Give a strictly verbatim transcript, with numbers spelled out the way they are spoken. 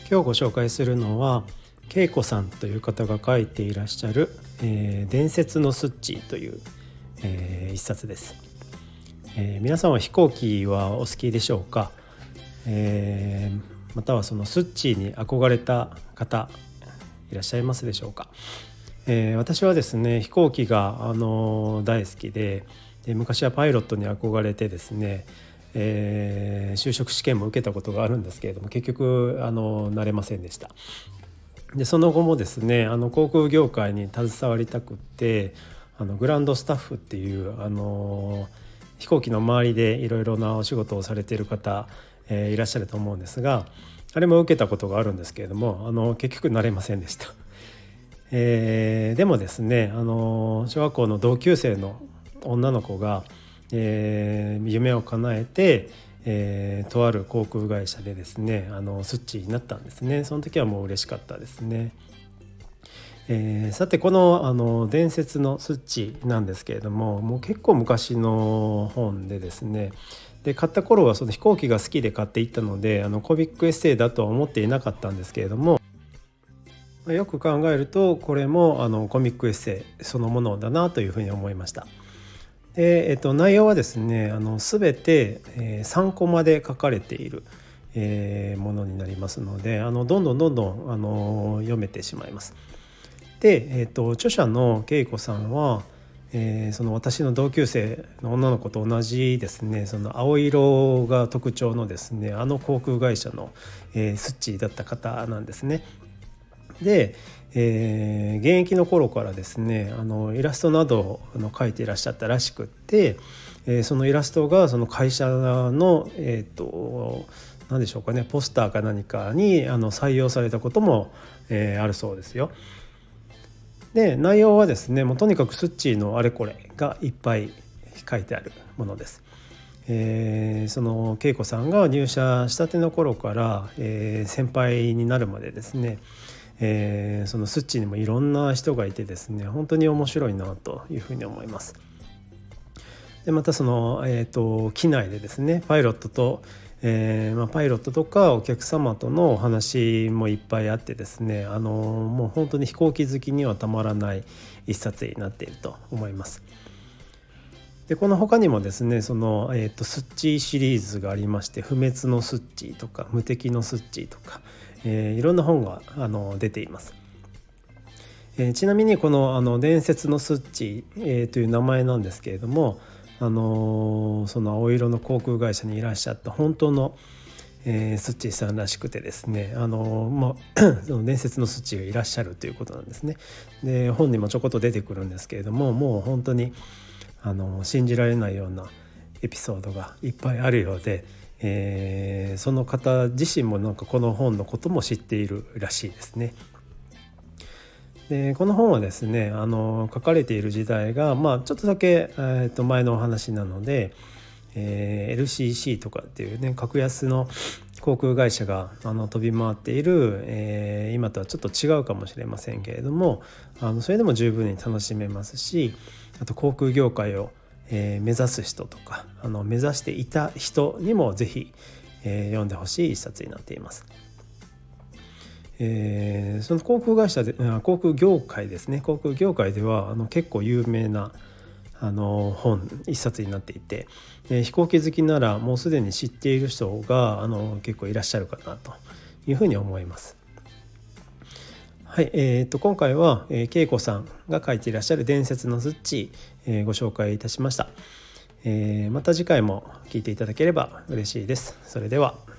今日ご紹介するのは恵子さんという方が書いていらっしゃる、えー、伝説のスッチーという、えー、一冊です、えー、皆さんは飛行機はお好きでしょうか、えー、またはそのスッチーに憧れた方いらっしゃいますでしょうか。えー、私はですね飛行機が、あのー、大好きで、で昔はパイロットに憧れてですね、えー、就職試験も受けたことがあるんですけれども結局あの慣れませんでした。でその後もですねあの航空業界に携わりたくってあのグランドスタッフっていうあの飛行機の周りでいろいろなお仕事をされている方、えー、いらっしゃると思うんですが、あれも受けたことがあるんですけれどもあの結局慣れませんでした。えー、でもですねあの小学校の同級生の女の子が、えー、夢を叶えて、えー、とある航空会社でですねあのスッチーになったんですね。その時はもう嬉しかったですね。えー、さてこの、あの伝説のスッチーなんですけれどももう結構昔の本でですね、で買った頃はその飛行機が好きで買っていったのであのコミックエッセイだとは思っていなかったんですけれども、よく考えるとこれもあのコミックエッセイそのものだなというふうに思いました。で、えっと、内容はですねあの全て、えー、さんコマで書かれている、えー、ものになりますのであのどんどんどんどんあの読めてしまいます。で、えっと、著者の恵子さんは、えー、その私の同級生の女の子と同じですねその青色が特徴のですねあの航空会社の、えー、スッチーだった方なんですね。で、えー、現役の頃からですねあのイラストなどを描いていらっしゃったらしくって、えー、そのイラストがその会社の、えー、と何でしょうかねポスターか何かにあの採用されたことも、えー、あるそうですよ。で内容はですねもうとにかくスッチーのあれこれがいっぱい書いてあるものです。えー、その恵子さんが入社したての頃から、えー、先輩になるまでですねえー、そのスッチにもいろんな人がいてですね本当に面白いなというふうに思います。でまたその、えーと、機内でですねパイロットと、えーまあ、パイロットとかお客様とのお話もいっぱいあってですねあのもう本当に飛行機好きにはたまらない一冊になっていると思います。でこの他にもですねその、えーと、スッチーシリーズがありまして不滅のスッチーとか無敵のスッチーとか、えー、いろんな本があの出ています。えー、ちなみにこのあの伝説のスッチー、えー、という名前なんですけれども、あのー、その青色の航空会社にいらっしゃった本当の、えー、スッチーさんらしくてですね、あのーまあ、その伝説のスッチーがいらっしゃるということなんですね。で本にもちょこっと出てくるんですけれどももう本当にあの信じられないようなエピソードがいっぱいあるようで、えー、その方自身もなんかこの本のことも知っているらしいですね。でこの本はですねあの書かれている時代が、まあ、ちょっとだけ、えー、と前のお話なので、えー、エルシーシー とかっていうね格安の航空会社があの飛び回っている、えー、今とはちょっと違うかもしれませんけれどもあのそれでも十分に楽しめますし、あと航空業界を、えー、目指す人とかあの目指していた人にもぜひ、えー、読んでほしい一冊になっています。えー、その航空会社で航空業界ですね航空業界ではあの結構有名なあの本一冊になっていて、えー、飛行機好きならもうすでに知っている人があの結構いらっしゃるかなというふうに思います。はい、えー、と今回は、えー、恵子さんが書いていらっしゃる伝説のスッチー、えー、ご紹介いたしました。えー、また次回も聞いていただければ嬉しいです。それでは。